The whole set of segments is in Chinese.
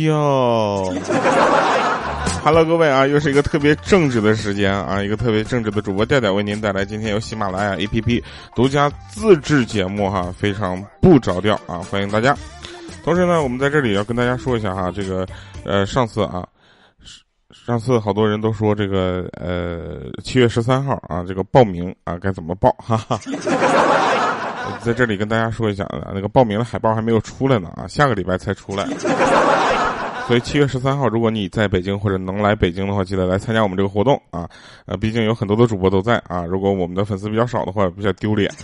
笑。Hello， 各位啊，又是一个特别正直的时间啊，一个特别正直的主播调调为您带来今天由喜马拉雅 APP 独家自制节目哈，非常不着调啊，欢迎大家。同时呢，我们在这里要跟大家说一下哈，这个上次好多人都说这个7月13号啊，这个报名啊该怎么报哈哈。在这里跟大家说一下啊，那个报名的海报还没有出来呢啊，下个礼拜才出来。所以7月13号，如果你在北京或者能来北京的话，记得来参加我们这个活动啊。毕竟有很多的主播都在啊，如果我们的粉丝比较少的话，比较丢脸。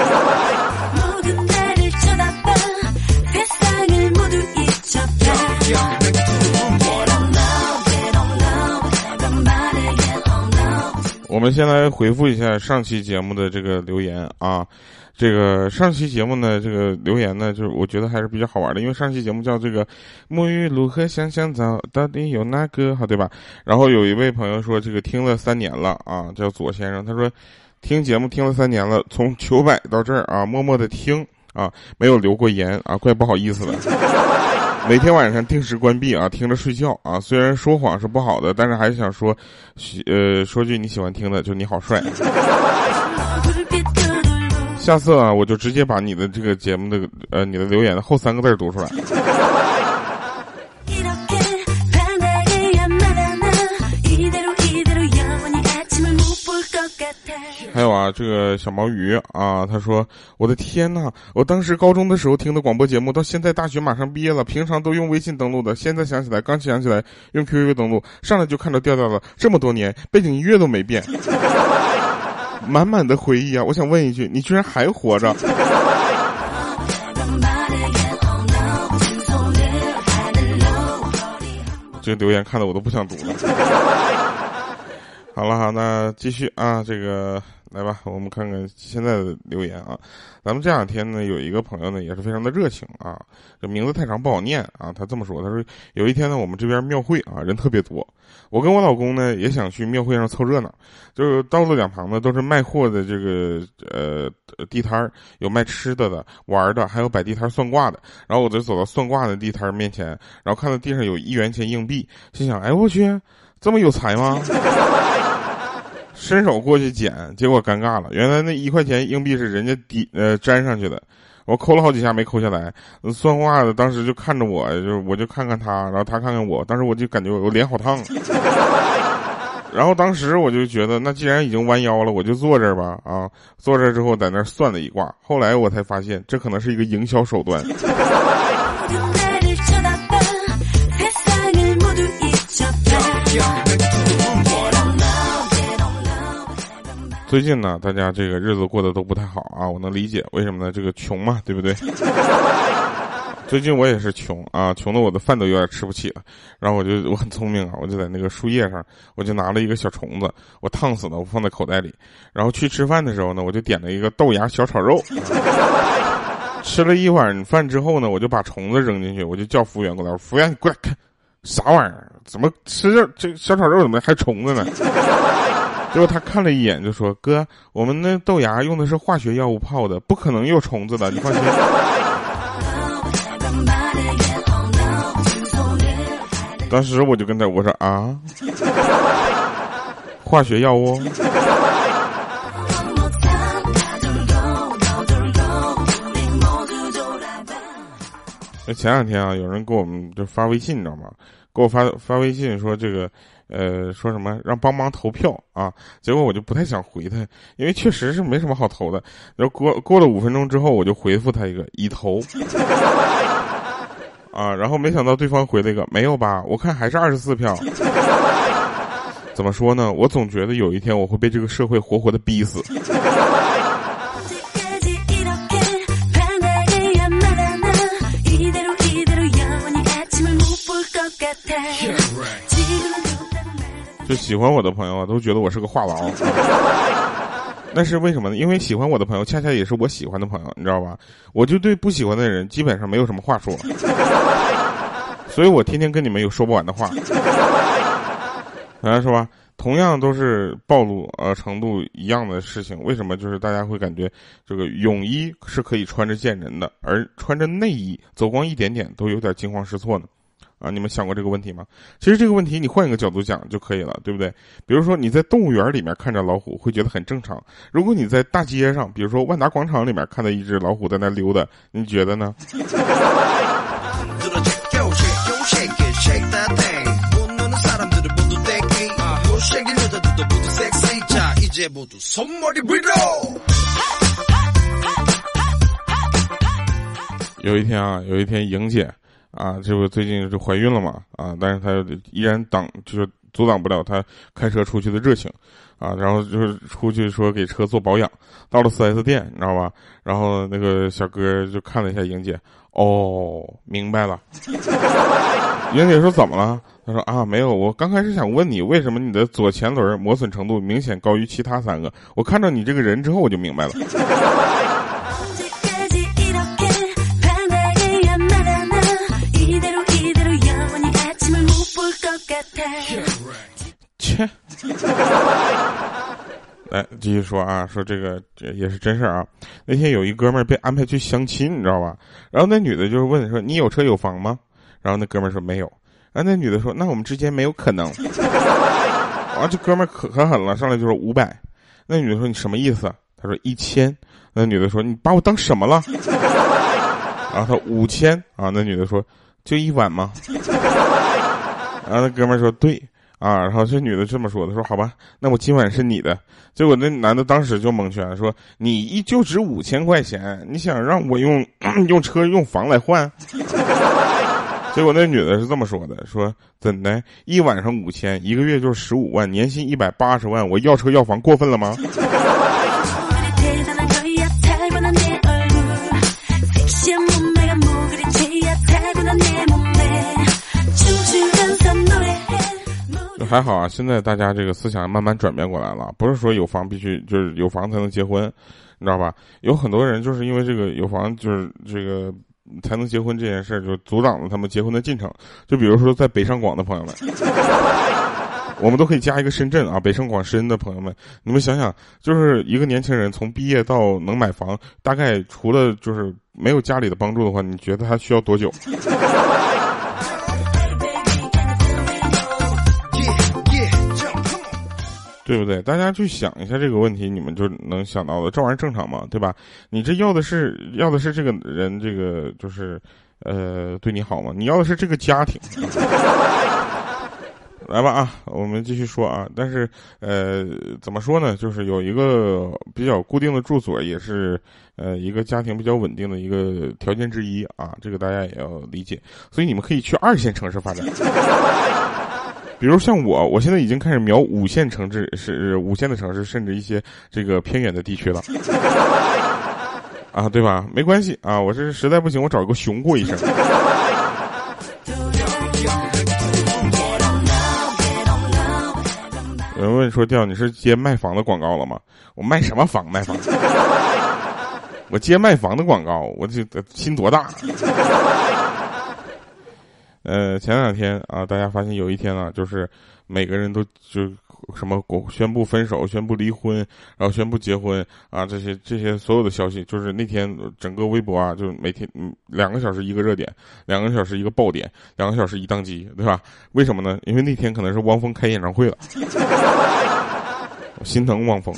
我们先来回复一下上期节目的这个留言啊。这个上期节目呢，这个留言呢，就是我觉得还是比较好玩的，因为上期节目叫这个沐浴露和香香皂到底有哪个好，对吧？然后有一位朋友说这个听了3年了啊，叫左先生，他说听节目听了3年了，从900到这儿啊，默默的听啊，没有留过言啊，怪不好意思的。每天晚上定时关闭啊，听着睡觉啊。虽然说谎是不好的，但是还是想说，说句你喜欢听的，就你好帅。下次啊，我就直接把你的这个节目的你的留言的后3个字读出来。还有啊，这个小毛鱼啊，他说我的天哪，我当时高中的时候听的广播节目，到现在大学马上毕业了，平常都用微信登录的，现在想起来刚想起来用 QQ 登录，上来就看到调调了，这么多年背景音乐都没变，满满的回忆啊！我想问一句，你居然还活着？这个留言看得我都不想读了。好了好，那继续啊，这个来吧，我们看看现在的留言啊。咱们这2天呢，有一个朋友呢也是非常的热情啊，这名字太长不好念啊。他这么说，他说有一天呢，我们这边庙会啊人特别多，我跟我老公呢也想去庙会上凑热闹，就是道路两旁呢都是卖货的这个地摊，有卖吃的的、玩的，还有摆地摊算卦的。然后我就走到算卦的地摊面前，然后看到地上有1元钱硬币，心想：哎我去，这么有才吗？伸手过去捡，结果尴尬了。原来那1块钱硬币是人家粘上去的，我抠了好几下没抠下来。算卦的当时就看着我，我就看看他，然后他看看我，当时我就感觉我脸好烫。然后当时我就觉得，那既然已经弯腰了，我就坐这儿吧啊！坐这儿之后在那儿算了一卦，后来我才发现这可能是一个营销手段。最近呢，大家这个日子过得都不太好啊，我能理解，为什么呢？这个穷嘛，对不对？最近我也是穷啊，穷的我的饭都有点吃不起了。然后我很聪明啊，我就在那个树叶上，我就拿了一个小虫子，我烫死了，我放在口袋里。然后去吃饭的时候呢，我就点了一个豆芽小炒肉。吃了一碗饭之后呢，我就把虫子扔进去，我就叫服务员过来，服务员你过来看，啥玩意儿？怎么吃这小炒肉怎么还虫子呢？结果他看了一眼就说：哥，我们那豆芽用的是化学药物泡的，不可能有虫子的，你放心。当时我就跟我说啊，化学药物。前2天啊，有人给我们就发微信，你知道吗？给我发微信说这个说什么让帮忙投票啊，结果我就不太想回他，因为确实是没什么好投的。然后过了5分钟之后，我就回复他一个已投啊，然后没想到对方回了一个没有吧，我看还是24票。怎么说呢？我总觉得有一天我会被这个社会活活的逼死。就喜欢我的朋友啊，都觉得我是个话痨。那是为什么呢？因为喜欢我的朋友恰恰也是我喜欢的朋友，你知道吧？我就对不喜欢的人基本上没有什么话说，所以我天天跟你们有说不完的话，是吧？同样都是暴露程度一样的事情，为什么就是大家会感觉这个泳衣是可以穿着见人的，而穿着内衣走光一点点都有点惊慌失措呢？ 啊，你们想过这个问题吗？其实这个问题你换一个角度讲就可以了，对不对？比如说你在动物园里面看着老虎会觉得很正常，如果你在大街上，比如说万达广场里面看到一只老虎在那溜达，你觉得呢？有一天莹姐啊，这不最近就怀孕了嘛啊，但是她依然就是阻挡不了她开车出去的热情啊，然后就是出去说给车做保养，到了 4S 店你知道吧，然后那个小哥就看了一下莹姐，哦，明白了。莹姐说怎么了？他说啊，没有，我刚开始想问你为什么你的左前轮磨损程度明显高于其他3个，我看到你这个人之后我就明白了。切，来继续说啊，说这也是真事儿啊。那天有一哥们儿被安排去相亲，你知道吧？然后那女的就是问说：“你有车有房吗？”然后那哥们儿说没有。然后那女的说：“那我们之间没有可能。”然后这哥们儿可狠了，上来就说500。那女的说：“你什么意思？”他说1000。那女的说：“你把我当什么了？”然后他5000啊。那女的说：“就1晚吗？”然后那哥们儿说：“对。”啊，然后这女的这么说的，说好吧，那我今晚是你的。结果那男的当时就蒙圈，说你就值5000块钱，你想让我用车用房来换？结果那女的是这么说的，说怎的，一晚上5000，一个月就是15万，年薪180万，我要车要房过分了吗？还好啊，现在大家这个思想慢慢转变过来了，不是说有房必须就是有房才能结婚，你知道吧？有很多人就是因为这个有房就是这个才能结婚这件事就阻挡了他们结婚的进程。就比如说在北上广的朋友们，我们都可以加一个深圳啊，北上广深的朋友们，你们想想，就是一个年轻人从毕业到能买房，大概除了就是没有家里的帮助的话，你觉得他需要多久？对不对？大家去想一下这个问题，你们就能想到的，这玩意儿正常吗？对吧？你这要的是这个人，这个就是对你好吗？你要的是这个家庭。来吧啊，我们继续说啊。但是怎么说呢？就是有一个比较固定的住所，也是一个家庭比较稳定的一个条件之一啊。这个大家也要理解。所以你们可以去2线城市发展。比如像我现在已经开始瞄5线城市，是5线的城市，甚至一些这个偏远的地区了，啊，对吧？没关系啊，我这实在不行，我找一个熊过一生。有人问说：“调，你是接卖房的广告了吗？”我卖什么房？卖房？我接卖房的广告，我这心多大？前2天啊，大家发现有一天啊，就是每个人都就什么宣布分手、宣布离婚，然后宣布结婚啊，这些所有的消息，就是那天整个微博啊，就是每天2个小时一个热点，2个小时一个爆点，2个小时一宕机，对吧？为什么呢？因为那天可能是汪峰开演唱会了，我心疼汪峰。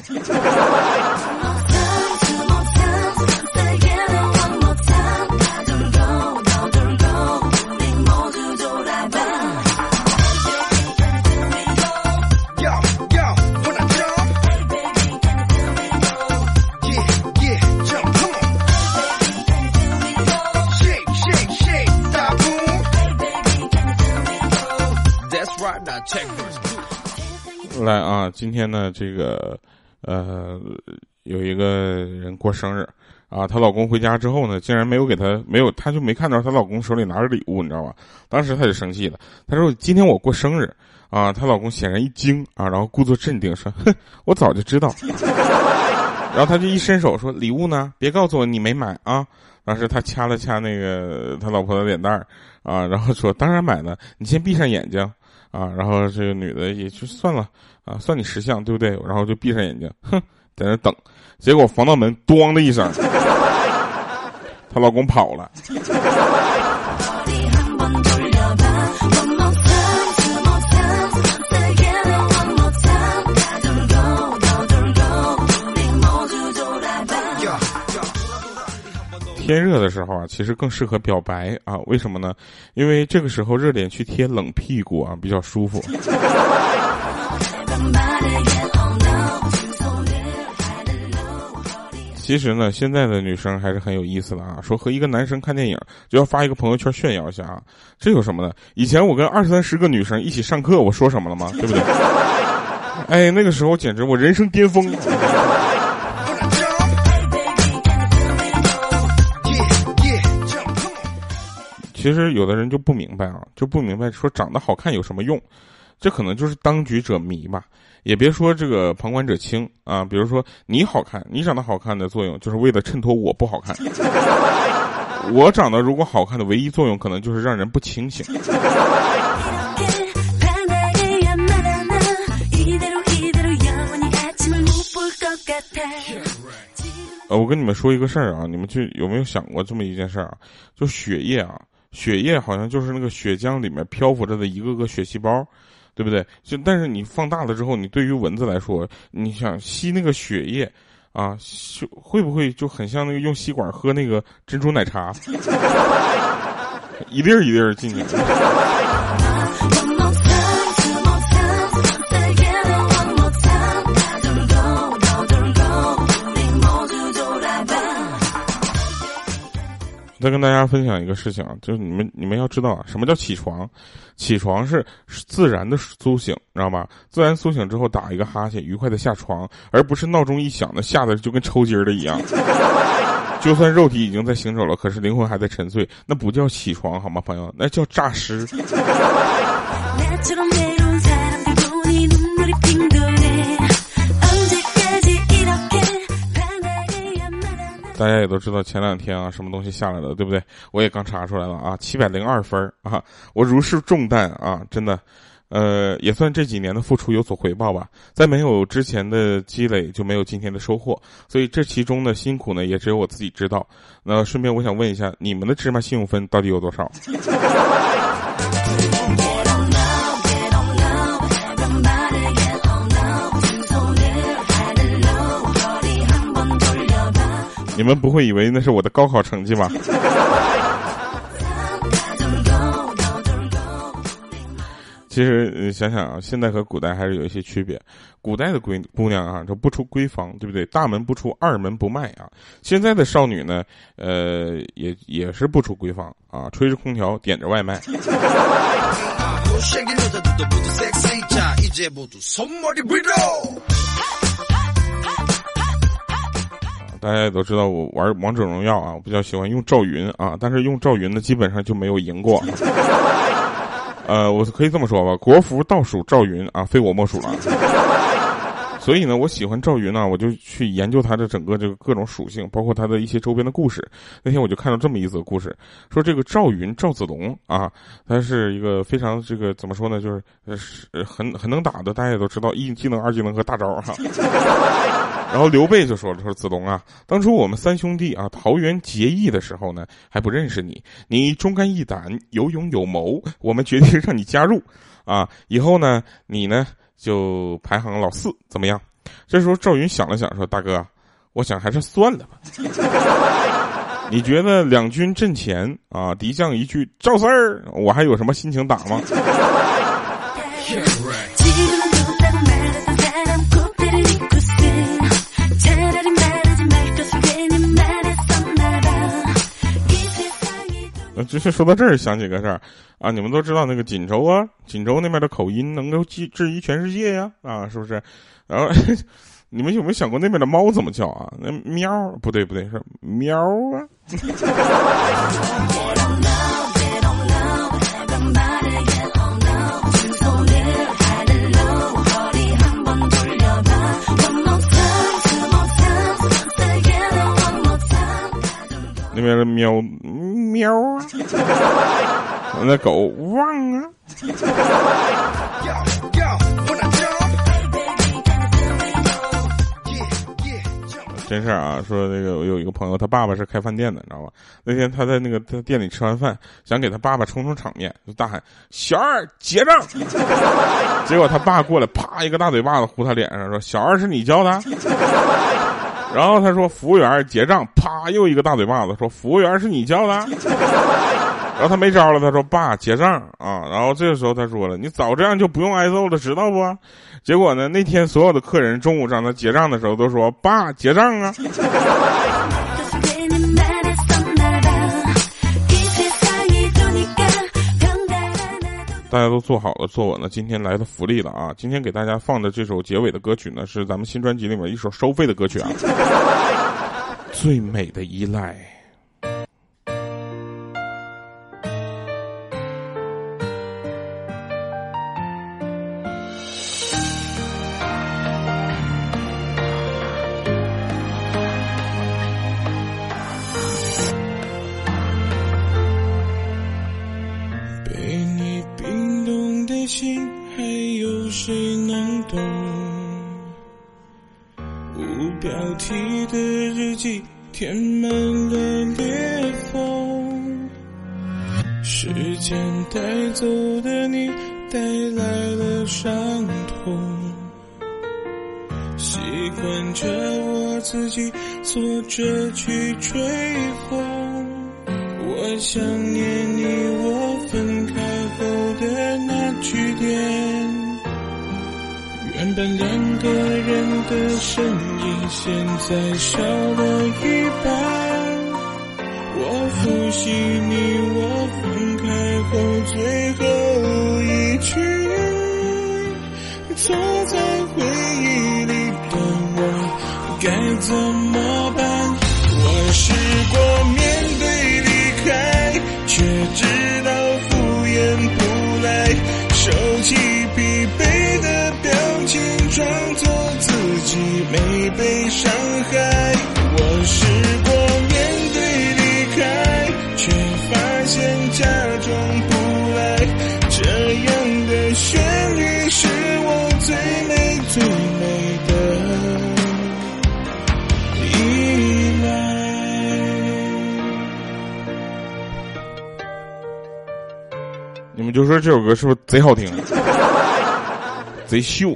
来啊，今天呢，这个有一个人过生日啊，她老公回家之后呢，竟然她就没看到她老公手里拿着礼物，你知道吧？当时她就生气了，她说：“今天我过生日啊！”她老公显然一惊啊，然后故作镇定说：“哼，我早就知道。”然后他就一伸手说：“礼物呢？别告诉我你没买啊！”当时他掐了掐那个他老婆的脸蛋儿啊，然后说：“当然买了，你先闭上眼睛。”啊，然后这个女的也就算了啊，算你识相，对不对？然后就闭上眼睛，哼，在那等。结果防盗门咣的一声，她老公跑了。 天热的时候啊，其实更适合表白啊。为什么呢？因为这个时候热脸去贴冷屁股啊，比较舒服。其实呢，现在的女生还是很有意思的啊。说和一个男生看电影就要发一个朋友圈炫耀一下啊，这有什么呢？以前我跟20-30个女生一起上课，我说什么了吗？对不对？哎，那个时候简直我人生巅峰。其实有的人就不明白啊，就不明白说长得好看有什么用，这可能就是当局者迷吧。也别说这个旁观者清啊，比如说你好看，你长得好看的作用就是为了衬托我不好看。我长得如果好看的唯一作用可能就是让人不清醒。我跟你们说一个事儿啊，你们有没有想过这么一件事儿啊？就血液啊，血液好像就是那个血浆里面漂浮着的一个个血细胞。对不对？但是你放大了之后，你对于蚊子来说，你想吸那个血液啊，会不会就很像那个用吸管喝那个珍珠奶茶，一粒儿一粒儿进去？再跟大家分享一个事情啊，就是你们要知道啊，什么叫起床？起床是自然的苏醒，知道吧？自然苏醒之后打一个哈欠，愉快的下床，而不是闹钟一响的吓得就跟抽筋的一样。就算肉体已经在行走了，可是灵魂还在沉睡，那不叫起床好吗，朋友？那叫诈尸。大家也都知道前两天啊，什么东西下来了，对不对？我也刚查出来了啊，702分啊！我如释重担啊，真的，也算这几年的付出有所回报吧。在没有之前的积累，就没有今天的收获，所以这其中的辛苦呢，也只有我自己知道。那顺便我想问一下，你们的芝麻信用分到底有多少？你们不会以为那是我的高考成绩吧？其实想想啊，现在和古代还是有一些区别。古代的姑娘啊，就不出闺房，对不对？大门不出，二门不迈啊。现在的少女呢，也是不出闺房啊，吹着空调，点着外卖。大家也都知道我玩王者荣耀啊，我比较喜欢用赵云啊，但是用赵云呢基本上就没有赢过。我可以这么说吧，国服倒数赵云啊，非我莫属了。所以呢，我喜欢赵云呢，我就去研究他的整个这个各种属性，包括他的一些周边的故事。那天我就看到这么一则故事，说这个赵云赵子龙啊，他是一个非常这个怎么说呢，就是很能打的，大家也都知道一技能、二技能和大招哈。然后刘备就说了，说子龙啊，当初我们三兄弟啊桃园结义的时候呢，还不认识你，你忠肝义胆，有勇有谋，我们决定让你加入啊，以后呢你呢就排行老4，怎么样？这时候赵云想了想说，大哥，我想还是算了吧。你觉得两军阵前啊，敌将一句赵四儿，我还有什么心情打吗？就是说到这儿想起个事儿啊，你们都知道那个锦州啊，锦州那边的口音能够质疑全世界呀啊，是不是？然后你们有没有想过那边的猫怎么叫啊？那喵不对，是喵啊。那边的喵啊，那狗汪啊。真事儿啊，说那个我有一个朋友，他爸爸是开饭店的，你知道吧？那天他在他店里吃完饭，想给他爸爸充场面，就大喊小二结账。结果他爸过来啪一个大嘴巴子呼他脸上，说小二是你教的？ 然后他说服务员结账，啪又一个大嘴巴子，说服务员是你叫的？然后他没招了，他说爸结账啊。然后这个时候他说了，你早这样就不用挨揍了，知道不？结果呢，那天所有的客人中午让他结账的时候都说爸结账啊。大家都做好了坐稳了，今天来的福利了啊！今天给大家放的这首结尾的歌曲呢，是咱们新专辑里面一首收费的歌曲啊，最美的依赖。 心还有谁能懂？无标题的日记填满了裂缝，时间带走的你带来了伤痛，习惯着我自己坐着去追风，我想念你，我分开后的那句点，原本两个人的身影现在少了一半，我复习你我分开后最后一句，坐在回忆里的我该怎么办？我试过面对离开，却知道敷衍不来，收起疲惫的表情，装作自己没被伤害。我试过面对离开，却发现假装不来，这样的旋律是我最美最美的依赖。 你们就说这首歌是不是贼好听？贼秀，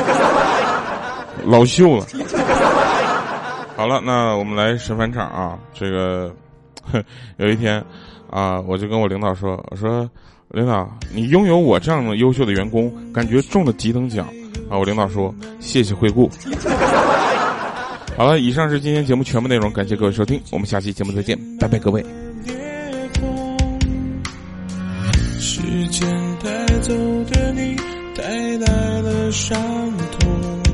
老秀了。好了，那我们来神返场啊！这个有一天啊，我就跟我领导说，我说领导，你拥有我这样的优秀的员工，感觉中了几等奖啊！我领导说谢谢惠顾。好了，以上是今天节目全部内容，感谢各位收听，我们下期节目再见，拜拜各位。 时间带走的你带来了伤痛，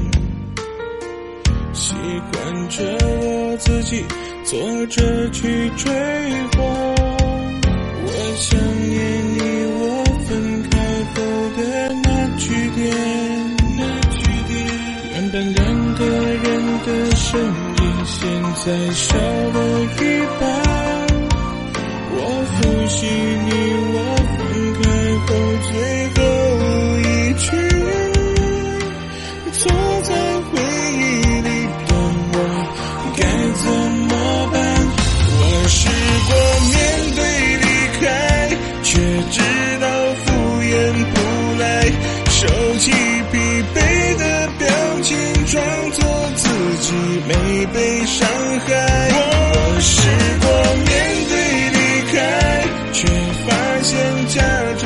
习惯着我自己坐着去追风，我想念你我分开后的那句点，原本两个人的身影现在少了一半，我复习你我分开后最后一句，坐在回忆里的我该怎么办？我试过面对离开，却知道敷衍不来，收起疲惫的表情，装作自己没被伤害。我试过面对离开，却发现假装